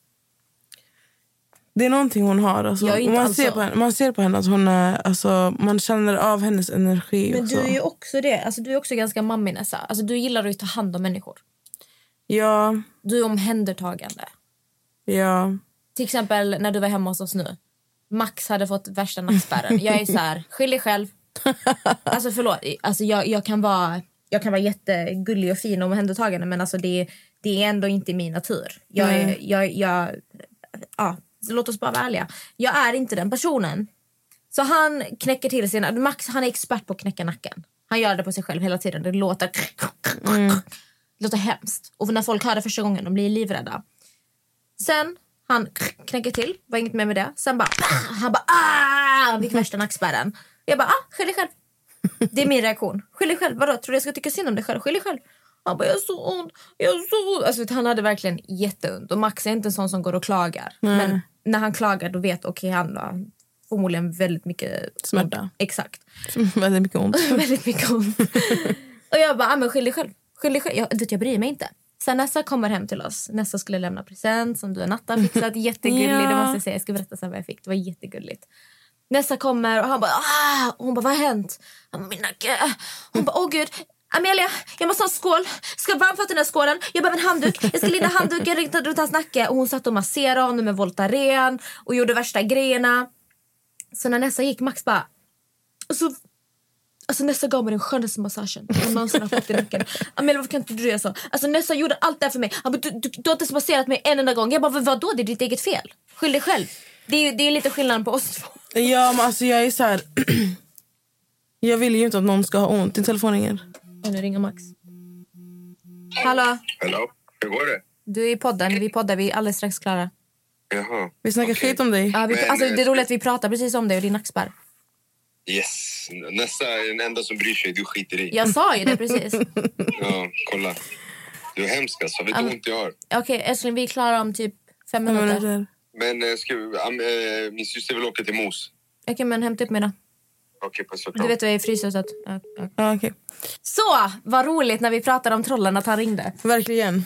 Det är någonting hon har. Alltså. Jag är inte man, alltså... ser på henne, man ser på henne att hon är, alltså, man känner av hennes energi. Men också. du är ju också det. Alltså, du är också ganska mammig, Nessa. Alltså, du gillar att ta hand om människor. Ja. Du är omhändertagande. Ja. Till exempel när du var hemma hos oss nu. Max hade fått värsta nackspärren. Jag är så här, skyll dig själv. Alltså förlåt. Alltså, jag, jag, kan vara, jag kan vara jättegullig och fin och omhändertagande. Men alltså, det, det är ändå inte min natur. Jag är... Jag, jag, ja. Så låt oss bara vara ärliga. Jag är inte den personen. Så han knäcker till sina... Max, han är expert på att knäcka nacken. Han gör det på sig själv hela tiden. Det låter... Mm. Det låter hemskt. Och när folk hör det första gången, de blir livrädda. Sen, han knäcker till. Var inget mer med det. Sen bara... Han bara... Ah! Han fick värsta nackspärren. Jag bara... Ah, skyll dig själv. Det är min reaktion. Skyll dig själv. Vadå? Tror du jag ska tycka synd om dig själv? Skyll dig själv. Han bara, jag är så ont, jag är så ont. Alltså, han hade verkligen jätteont. Och Max är inte en sån som går och klagar. Mm. Men när han klagar, då vet okej, okay, han har förmodligen väldigt mycket smärta. Ont. Exakt. väldigt mycket ont. väldigt mycket ont. Och jag bara, ah, men skyll dig själv. Skyll dig själv. Jag, vet, jag bryr mig inte. Sen Nessa kommer hem till oss. Nessa skulle lämna present som du och Natta fixat. Jättegulligt, ja. Det måste jag säga. Jag ska berätta så vad jag fick. Det var jättegulligt. Nessa kommer och han bara, ah! Och hon bara, vad har hänt? Han bara, min nacke. Hon bara, åh gud. Amelia, jag måste ha en skål. Ska varmfatta den här skålen. Jag behöver en handduk. Jag ska linda handduken runt hans nacke. Och hon satt och masserade honom med Voltaren. Och gjorde värsta grejerna. Så när Nessa gick, Max bara... Och så, alltså Nessa gav mig den skönaste massagen. Jag någonsin har fått i nacken. Amelia, varför kan inte du göra så? Alltså Nessa gjorde allt där för mig. Han bara, du, du, du har inte masserat mig en enda gång. Jag bara, vadå? Det är ditt eget fel. Skyll dig själv. Det är, det är lite skillnad på oss två. Ja, men alltså jag är så här... jag vill ju inte att någon ska ha ont. Din telefon ringer. Och nu ringer Max. Hallå? Hallå, hur går det? Du är i podden, vi poddar, vi är alldeles strax klara. Jaha. Vi snackar okay. skit om dig. Ja, vi, Men, alltså, det är roligt att vi pratar precis om dig och din nackspärr. Yes, nästa är den enda som bryr sig, du skiter i. Jag sa ju det precis. Ja, kolla. Du är hemsk alltså, vet du hur ont jag har? Okej, okay, älskling, vi är klara om typ fem minuter. minuter. Men ska vi, äh, min syster vill åka till Mos. Okej, okay, men hämta upp mig då. Okej, okay, pass. Du vet vad jag är i fryshuset. Ja, ja, okej. Så, vad roligt när vi pratade om trollen att han ringde. Verkligen.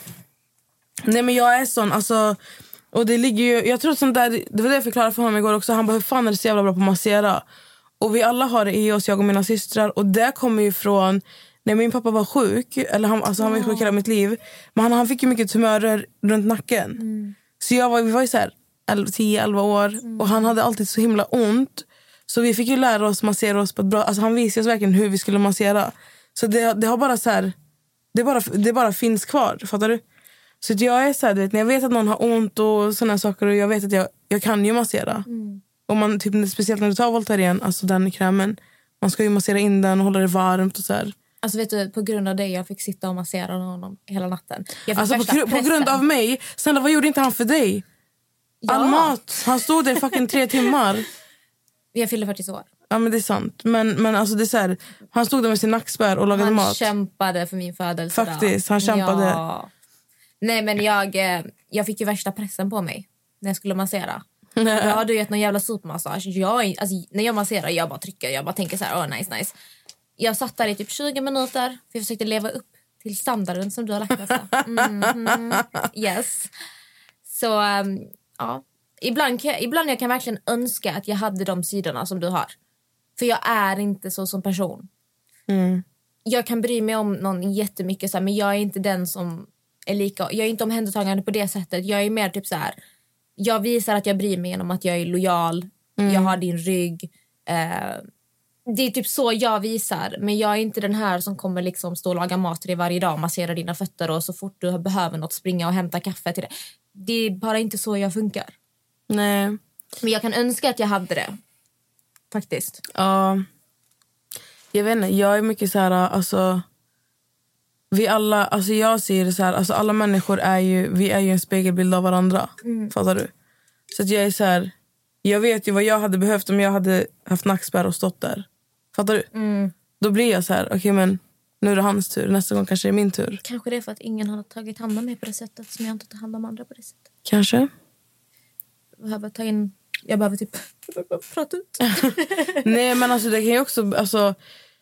Nej, men jag är sån, alltså... Och det ligger ju... Jag tror sånt där... Det var det jag förklarade för honom igår också. Han bara, hur fan är det så jävla bra på att massera? Och vi alla har det i oss, jag och mina systrar. Och det kommer ju från... När min pappa var sjuk, eller han, alltså han var sjuk hela mitt liv. Men han, han fick ju mycket tumörer runt nacken. Mm. Så jag var, vi var ju så här tio elva år. Mm. Och han hade alltid så himla ont. Så vi fick ju lära oss massera oss på ett bra... Alltså han visade oss verkligen hur vi skulle massera. Så det, det har bara så här... Det bara, det bara finns kvar, fattar du? Så jag är så här, du vet, när jag vet att någon har ont och såna saker. Och jag vet att jag, jag kan ju massera. Mm. Och man, typ, speciellt när du tar Voltaren, alltså den krämen. Man ska ju massera in den och hålla det varmt och så här. Alltså vet du, på grund av det jag fick sitta och massera honom hela natten. Alltså på, gr- på grund av mig? Snälla, vad gjorde inte han för dig? Ja. All mat. Han stod där fucking tre timmar. Jag fyllde fyrtio år. Ja, men det är sant. Men, men alltså det är så här, han stod där med sin nackspärr och lagade han mat. Han kämpade för min födelse. Faktiskt, han kämpade. Ja. Nej, men jag, jag fick ju värsta pressen på mig när jag skulle massera. Jag hade ju gett någon jävla supermassage. Jag, alltså, när jag masserar, jag bara trycker. Jag bara tänker så här, åh, oh, nice, nice. Jag satt där i typ tjugo minuter. För jag försökte leva upp till standarden som du har lagt oss. Mm-hmm. Yes. Så, um, ja. Ibland, kan jag, ibland jag kan verkligen önska att jag hade de sidorna som du har. För jag är inte så som person. Mm. Jag kan bry mig om någon jättemycket. Så här, men jag är inte den som är lika... Jag är inte omhändertagande på det sättet. Jag är mer typ så här... Jag visar att jag bryr mig genom att jag är lojal. Mm. Jag har din rygg. Eh, det är typ så jag visar. Men jag är inte den här som kommer liksom stå och laga mat till dig varje dag. Massera dina fötter och så fort du behöver något springa och hämta kaffe till dig. Det är bara inte så jag funkar. Nej. Men jag kan önska att jag hade det. Faktiskt. Ja. Jag vet inte, jag är mycket så här, alltså... Vi alla, alltså jag ser det så här, alltså alla människor är ju, vi är ju en spegelbild av varandra. Mm. Fattar du? Så att jag är så här, jag vet ju vad jag hade behövt om jag hade haft nackspärr och stått där. Fattar du? Mm. Då blir jag så här, okej okay, men nu är det hans tur, nästa gång kanske det är min tur. Kanske det är för att ingen har tagit hand om mig på det sättet som jag inte tar hand om andra på det sättet. Kanske. Jag behöver ta in Jag behöver typ prata ut. Nej, men alltså det kan ju också... Alltså,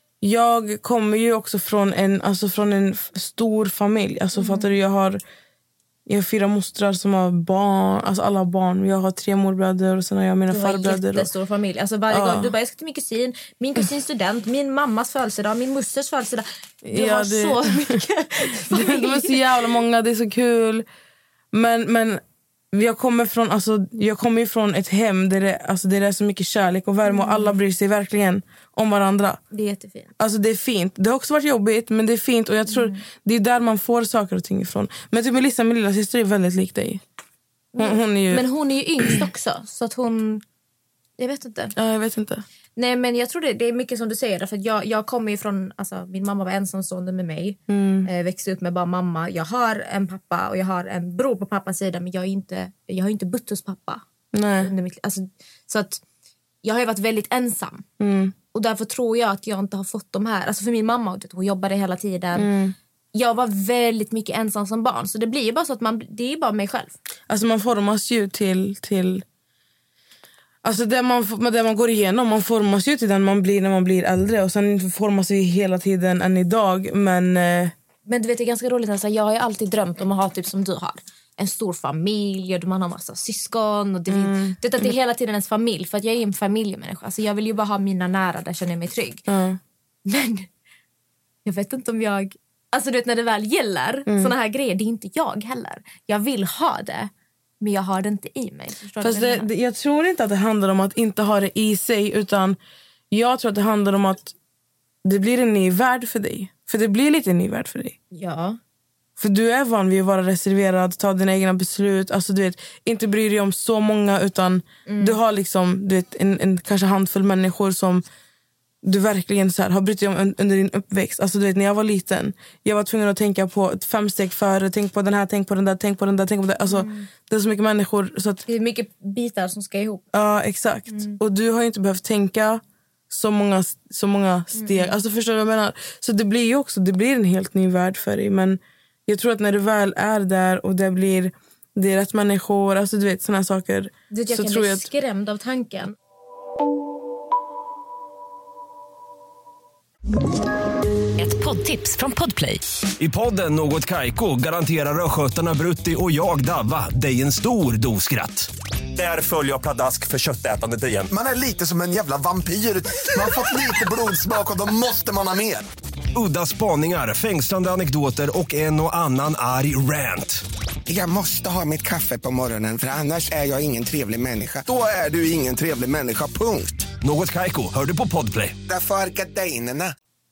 jag kommer ju också från en, alltså från en stor familj. Alltså, mm. fattar du? Jag har, jag har fyra mostrar som har barn. Alltså alla har barn. Jag har tre morbröder och sen har jag mina farbröder. Du har en jättestor familj. Alltså varje ja. gång du bara, jag ska till min kusin, min kusins student, min mammas födelsedag, min mosters födelsedag. Du ja, har det, så mycket familj. De är så jävla många, det är så kul. Men... men Jag kommer från alltså jag kommer från ett hem där det alltså det är så mycket kärlek och värme mm. och alla bryr sig verkligen om varandra. Det är jättefint. Alltså det är fint. Det har också varit jobbigt, men det är fint och jag tror mm. det är där man får saker och ting ifrån. Men typ Melissa, min lilla syster, är väldigt lik dig. Hon, hon är ju... Men hon är ju yngst också, så att hon jag vet inte. Ja, jag vet inte. Nej, men jag tror det, det är mycket som du säger. För att jag, jag kommer ju från... Alltså, min mamma var ensamstående med mig. Mm. Eh, växte upp med bara mamma. Jag har en pappa och jag har en bror på pappas sida. Men jag, är inte, jag har inte bott hos pappa. Nej. Under mitt, alltså, så att jag har ju varit väldigt ensam. Mm. Och därför tror jag att jag inte har fått de här. Alltså för min mamma, hon jobbade hela tiden. Mm. Jag var väldigt mycket ensam som barn. Så det blir ju bara så att man... Det är bara mig själv. Alltså man formas ju till... till... Alltså det man, det man går igenom, man formas ju till den man blir när man blir äldre. Och sen formas vi hela tiden än idag. Men, eh... men du vet, det är ganska roligt. Alltså, jag har ju alltid drömt om att ha typ som du har. En stor familj och man har massa syskon. Och det, mm. det, det är hela tiden ens familj. För att jag är en familjemänniska. Alltså, jag vill ju bara ha mina nära, där känner jag mig trygg. Mm. Men jag vet inte om jag... Alltså du vet, när det väl gäller mm. såna här grejer, det är inte jag heller. Jag vill ha det. Men jag har det inte i mig. Fast det, det, jag tror inte att det handlar om att inte ha det i sig. Utan jag tror att det handlar om att det blir en ny värld för dig. För det blir lite en ny värld för dig. Ja. För du är van vid att vara reserverad, ta dina egna beslut. Alltså du vet, inte bry dig om så många. Utan mm. du har liksom, du vet, en, en kanske handfull människor som... du verkligen så här, har brytt dig om under din uppväxt. Alltså du vet, när jag var liten, jag var tvungen att tänka på ett fem steg före. Tänk på den här, tänk på den där, tänk på den där, tänk på det. Alltså mm. det är så mycket människor så att, det är mycket bitar som ska ihop. Ja, exakt. Mm. Och du har ju inte behövt tänka så många, så många steg. Mm. Alltså förstår du vad jag menar? Så det blir ju också, det blir en helt ny värld för dig. Men jag tror att när du väl är där och det blir, det är rätt människor, alltså du vet, såna här saker. Du vet, jag så kan tror bli jag att... skrämd av tanken. Ett poddtips från Podplay. I podden Något Kaiko garanterar röskötarna Brutti och jag Davva dig en stor doskratt. Där följer jag pladask för köttätandet igen. Man är lite som en jävla vampyr. Man har fått lite blodsmak och då måste man ha mer. Udda spaningar, fängslande anekdoter och en och annan arg rant. Jag måste ha mitt kaffe på morgonen, för annars är jag ingen trevlig människa. Då är du ingen trevlig människa, punkt. Något Kaiko, hör du på Podplay. Därför är gardinerna.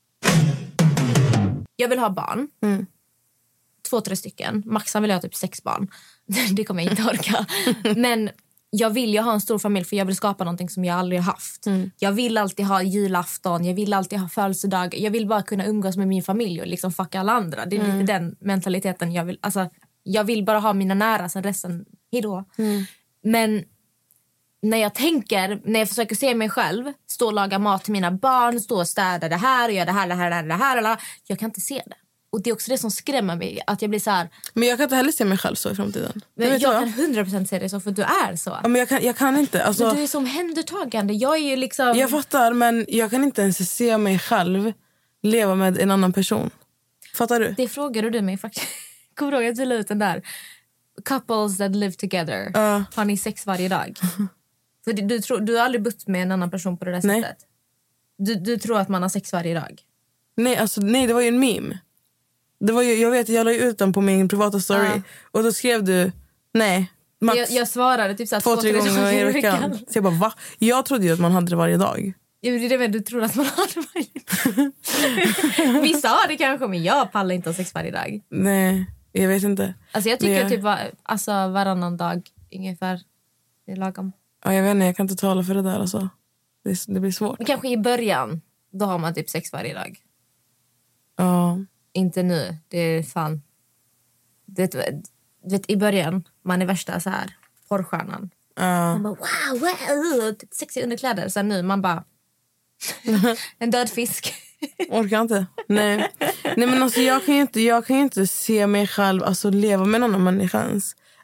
Jag vill ha barn. Mm. Två, tre stycken. Maxan vill ha typ sex barn. Det kommer jag inte orka. Men jag vill ju ha en stor familj, för jag vill skapa någonting som jag aldrig har haft. Mm. Jag vill alltid ha julafton. Jag vill alltid ha födelsedag. Jag vill bara kunna umgås med min familj och liksom fucka alla andra. Det är mm. lite den mentaliteten jag vill. Alltså, jag vill bara ha mina nära, sen resten, hejdå. Mm. Men när jag tänker, när jag försöker se mig själv, stå och laga mat till mina barn, stå och städa det här och göra det här, det här, det här, det här, det här. Jag kan inte se det. Och det är också det som skrämmer mig, att jag blir så här... Men jag kan inte heller se mig själv så i framtiden. Men jag, jag kan hundra procent se det så, för du är så. Ja, men jag kan, jag kan inte. Alltså, men du är som händertagande. Jag är ju liksom... Jag fattar, men jag kan inte ens se mig själv leva med en annan person. Fattar du? Det frågade du mig faktiskt. Kommer du ihåg att du la ut den där? Couples that live together. Uh. Har ni sex varje dag? För du, du, tror, du har aldrig bott med en annan person på det där nej. sättet. Du, du tror att man har sex varje dag? Nej, alltså, nej, det var ju en meme. Det var ju, jag vet, jag la ju ut den på min privata story. Uh. Och då skrev du, nej. Max, jag, jag svarade typ så här två, två, tre gånger i veckan. veckan. Så jag bara, va? Jag trodde ju att man hade det varje dag. Ja, det är det du tror att man har det varje dag. Vissa har det kanske, men jag pallar inte ha sex varje dag. Nej, jag vet inte. Alltså jag tycker jag... typ var, alltså, varannan dag ungefär det är lagom. Ja, jag vet inte, jag kan inte tala för det där alltså. Det, det blir svårt. Men kanske i början, då har man typ sex varje dag. Ja. Inte nu, det är fan. Det, vet, i början, man är värsta så här porrstjärnan. Ja. Man bara wow, wow, typ sexy underkläder. Sen nu, man bara en död fisk. Orkar inte. Nej. Nej, men alltså jag kan ju inte, jag kan ju inte se mig själv alltså leva med någon annan människa ens.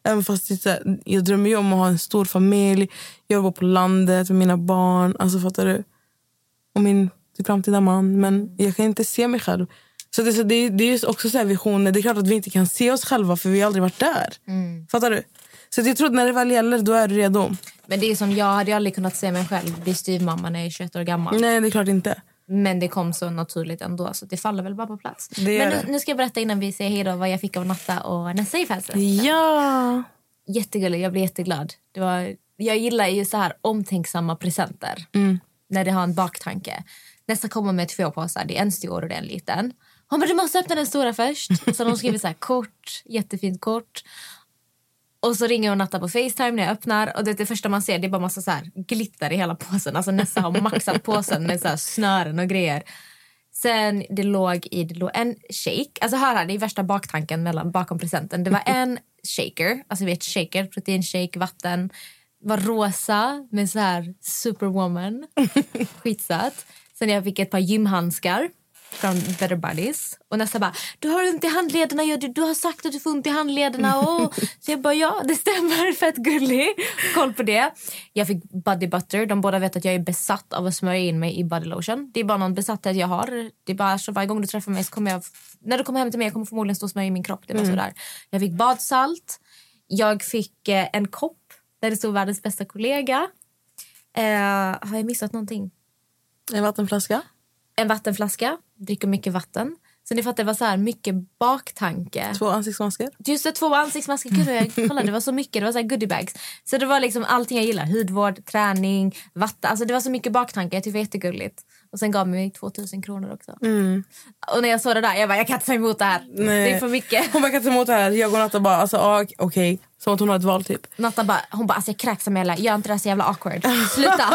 Även fast det är så här, jag drömmer ju om att ha en stor familj. Jag jobbar på landet med mina barn. Alltså fattar du? Och min typ, framtida man. Men jag kan inte se mig själv. Så det, så det, det är också så här visioner. Det är klart att vi inte kan se oss själva för vi har aldrig varit där. Mm. Fattar du? Så jag tror att när det väl gäller, då är du redo. Men det är som jag hade aldrig kunnat se mig själv bli styvmamma när jag är tjugoett år gammal. Nej, det är klart inte. Men det kom så naturligt ändå, så det faller väl bara på plats. Men nu, nu ska jag berätta innan vi säger hej då vad jag fick av Natta och Nessa i fältet. Ja! Jättegullig, jag blev jätteglad. Det var, jag gillar ju så här omtänksamma presenter. Mm. När det har en baktanke. Nessa kommer med två påsar, det är en stor och det är en liten. Hon bara, du måste öppna den stora först. Så de skriver så här kort, jättefint kort. Och så ringer hon Natta på FaceTime när jag öppnar. Och det, det första man ser, det är bara massa så här glitter i hela påsen. Alltså Nessa har maxat påsen med så här snören och grejer. Sen det låg i, det låg en shake. Alltså här, det är värsta baktanken mellan, bakom presenten. Det var en shaker, alltså vi vet shaker, proteinshake, vatten. Var rosa med så här superwoman. Skitsatt. Sen jag fick ett par gymhandskar från Better Buddies. Och Nessa bara, du har ont i handlederna. Ja, du, du har sagt att du får ont i handlederna. Oh. Så jag bara, ja, det stämmer. Fett gullig. Koll på det. Jag fick body butter. De båda vet att jag är besatt av att smörja in mig i body lotion. Det är bara någon besatthet jag har. Det är bara så varje gång du träffar mig så kommer jag... När du kommer hem till mig jag kommer förmodligen stå och smörja i min kropp. Det är bara mm. sådär. Jag fick badsalt. Jag fick eh, en kopp där det stod världens bästa kollega. Eh, har jag missat någonting? En vattenflaska. En vattenflaska. Dricker mycket vatten. Så ni fattar, det var så här mycket baktanke. Två ansiktsmasker. Just det, två ansiktsmasker. Gud, jag kollade, det var så mycket. Det var så här goodiebags. Så det var liksom allting jag gillar. Hudvård, träning, vatten. Alltså det var så mycket baktanke. Jag tyckte det var jättegulligt. Och sen gav mig tvåtusen kronor också. Mm. Och när jag såg det där, jag bara, jag kan inte ta emot det här. Nej. Det är för mycket. Hon bara, jag kan ta emot det här. Jag och Natta bara, alltså ah, okej. Okay. Som att hon har ett val typ. Natta bara, hon bara, alltså jag kräks som hela. Gör inte det så jävla awkward. Sluta.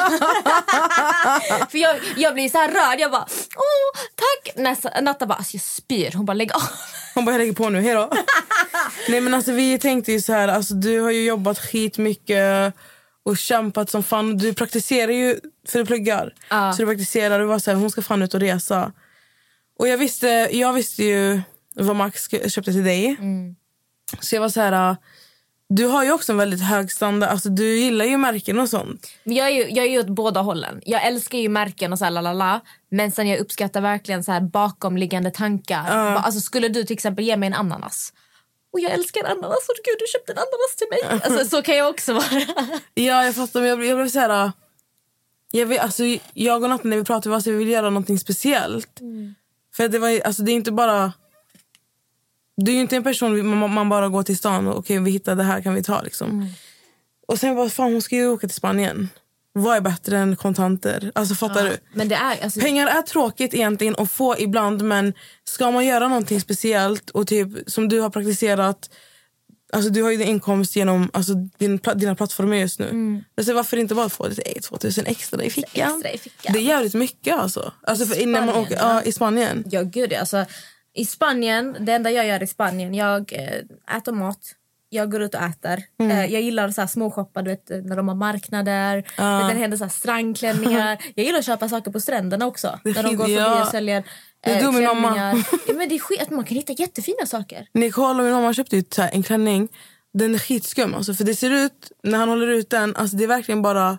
För jag, jag blir så här rörd. Jag bara, åh, tack. Nästa, Natta bara, alltså jag spyr. Hon bara, lägg av. Hon bara, jag lägger på nu, hej då. Nej men alltså vi tänkte ju så här, alltså du har ju jobbat skitmycket och kämpat som fan. Du praktiserar ju, för du pluggar. Uh. Så du praktiserar, du var så här, hon ska fan ut och resa. Och jag visste, jag visste ju vad Max köpte till dig. Mm. Så jag var så här, du har ju också en väldigt hög standard. Alltså du gillar ju märken och sånt. Jag är ju, jag är ju åt båda hållen. Jag älskar ju märken och så här lalala. Men sen jag uppskattar verkligen så här bakomliggande tankar. Uh. Alltså skulle du till exempel ge mig en ananas. Och jag älskar ananas. Och gud, du köpte en ananas till mig. Alltså så kan jag också vara. Ja, jag fattar. Men jag, jag blev så här... Jag, vill, alltså, jag och Natta när vi pratade, alltså, vi vill göra någonting speciellt. Mm. För det var, alltså det är inte bara... Du är ju inte en person man, man bara går till stan och okej, okay, vi hittar det här, kan vi ta liksom. Mm. Och sen bara, fan hon ska ju åka till Spanien. Vad är bättre än kontanter? Alltså fattar ja, du? Men det är, alltså... Pengar är tråkigt egentligen att få ibland, men ska man göra någonting speciellt och typ som du har praktiserat, alltså du har ju din inkomst genom alltså, din, dina plattformar just nu. Mm. Så varför inte bara få det tvåtusen extra i fickan? Extra i fickan. Det är jävligt mycket alltså. Alltså för innan man åker, ja, i Spanien. Ja gud, alltså i Spanien, det enda jag gör i Spanien, jag äter mat. Jag går ut och äter. Mm. Jag gillar så här småshoppa, du vet, när de har marknader. Uh. När det händer så här strandklänningar. Jag gillar att köpa saker på stränderna också. När de går förbi ja. och säljer det är äh, min mamma. Ja, men det är skit, man kan hitta jättefina saker. Nicole och min mamma köpte ut en klänning. Den är skitskum. Alltså, för det ser ut, när han håller ut den, alltså, det är verkligen bara...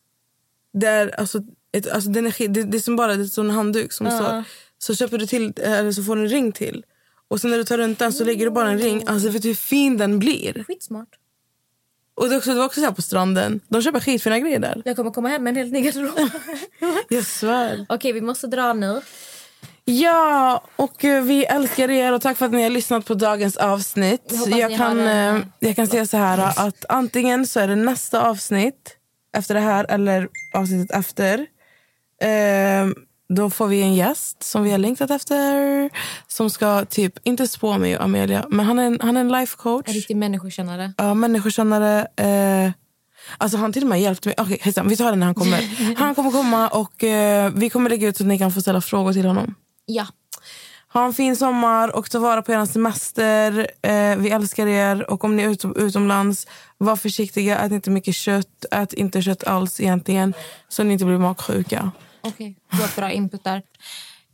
Det är, alltså, ett, alltså, den är skit, det, det är som bara det är en handduk som uh. står. Så köper du till, eller så får du en ring till. Och sen när du tar runt den så lägger du bara en ring. Alltså vet du hur fin den blir? Skitsmart. Och det, också, det var också så här på stranden. De köper skitfina grejer där. Jag kommer komma hem med en helt ny garderob. Jag svär. Okej, vi måste dra nu. Ja, och vi älskar er. Och tack för att ni har lyssnat på dagens avsnitt. Jag, jag, kan, har, jag kan säga så här att antingen så är det nästa avsnitt efter det här eller avsnittet efter. Ehm... Då får vi en gäst som vi har längtat efter. Som ska typ, inte spå mig och Amelia. Men han är en, han är en life coach. En riktig människokännare. Ja, människokännare. Eh, alltså han till och med hjälpte mig. Okej, okay, vi tar det när han kommer. Han kommer komma och eh, vi kommer lägga ut så att ni kan få ställa frågor till honom. Ja. Ha en fin sommar och ta vara på er semester. Eh, vi älskar er. Och om ni är ut, utomlands, var försiktiga. Ät inte mycket kött. Ät inte kött alls egentligen. Så ni inte blir magsjuka. Okej, okay. Du har bra input där.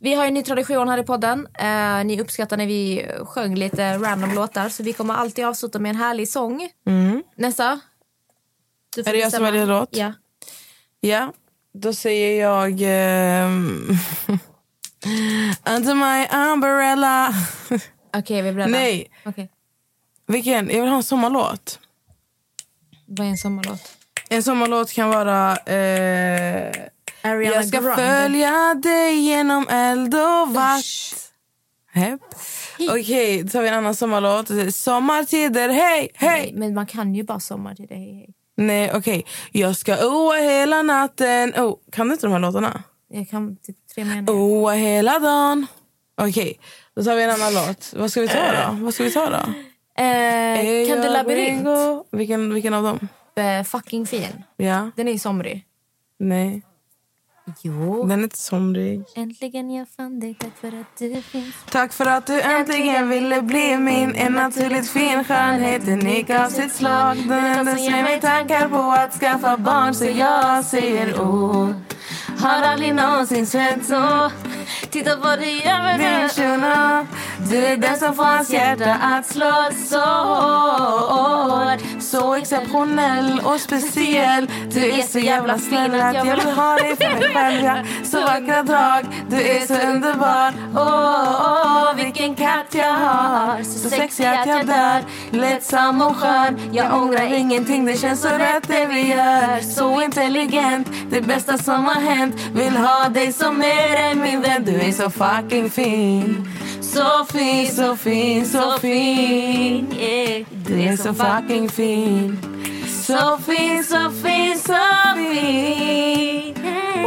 Vi har en ny tradition här i podden. Eh, ni uppskattar när vi sjöng lite random låtar. Så vi kommer alltid avsluta med en härlig sång. Mm. Nästa. Är det jag som väljer låt? Ja. Ja, då säger jag... Um, Under my umbrella. Okej, okay, vi är beredda. Nej. Okay. Vilken? Jag vill ha en sommarlåt. Vad är en sommarlåt? En sommarlåt kan vara... Uh, Ariana jag ska Grande. följa dig genom eld och vatt. Hepp. Okej, okay, då tar vi en annan sommarlåt. Sommartider, hej, hej. Nej, men man kan ju bara sommartider, hej, hej. Nej, okej. Okay. Jag ska oa hela natten. Oh, kan du inte de här låtarna? Jag kan typ tre meningar. Oa hela dagen. Okej, okay. Då tar vi en annan låt. Vad ska vi ta då? Vad ska vi ta då? Eh, kan du labyrint? Vilken, vilken av dem? Uh, fucking fin. Ja. Den är ju somrig. Nej. Jo. Den är inte somrig. Äntligen jag fann dig, tack för att du finns. Tack för att du äntligen ville bli min. En naturligt fin skönhet, unik av sitt slag. Den enda som ger mig tankar på att skaffa barn. Så jag säger oh, har aldrig någonsin sett så. Titta på det gör med din tjuna. Du är den som får hans hjärta att slå så hårt. Så exceptionell och speciell. Du är så jävla snäll att jag vill ha dig för mig själv. Ja. Så vackra drag, du är så underbar. Åh, oh, oh, vilken katt jag har. Så sexig att jag dör, lättsam och skön. Jag ångrar ingenting, det känns så rätt det vi gör. Så intelligent, det bästa som har hänt. Vill ha dig som mer än min vän. Du är så fucking fin. Så fin, så fin, så fin, yeah. Du är så fucking fin. Så fin, så fin, så fin, yeah.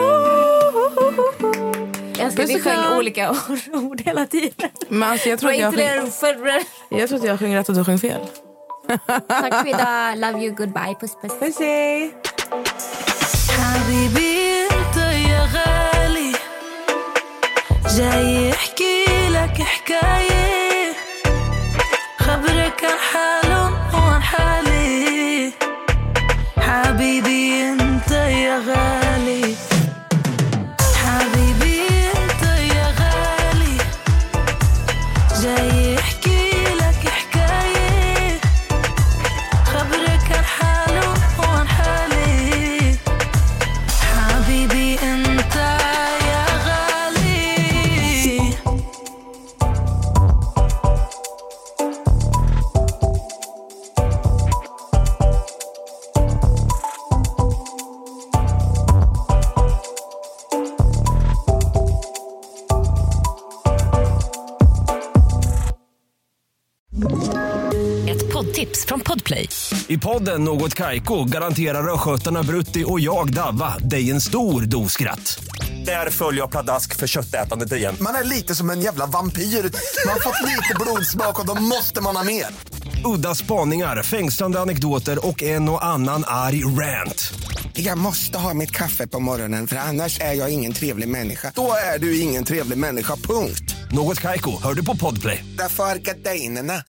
Jag ska vi sjöng olika ord hela tiden. Men alltså, jag tror att jag, jag, sjöng... jag tror att jag sjöng rätt och du sjöng fel. Tack för idag, love you, goodbye, puss puss. Puss hej. Habibi inte jag غالي جاي احكي لك حكايه خبرك عن حاله وعن حالي حبيبي انت يا غالي حبيبي انت يا غالي جاي احكي لك حكايه خبرك عن حاله وعن حالي حبيبي انت يا غالي. Ett poddtips från Podplay. I podden Något Kaiko garanterar röskötarna Brutti och jag Davva dig en stor dos skratt. Där följer jag pladask för köttätandet igen. Man är lite som en jävla vampyr. Man har fått lite blodsmak och då måste man ha mer. Udda spaningar, fängslande anekdoter och en och annan arg rant. Jag måste ha mitt kaffe på morgonen för annars är jag ingen trevlig människa. Då är du ingen trevlig människa, punkt. Något Kaiko, hör du på Podplay. Därför är gardinerna.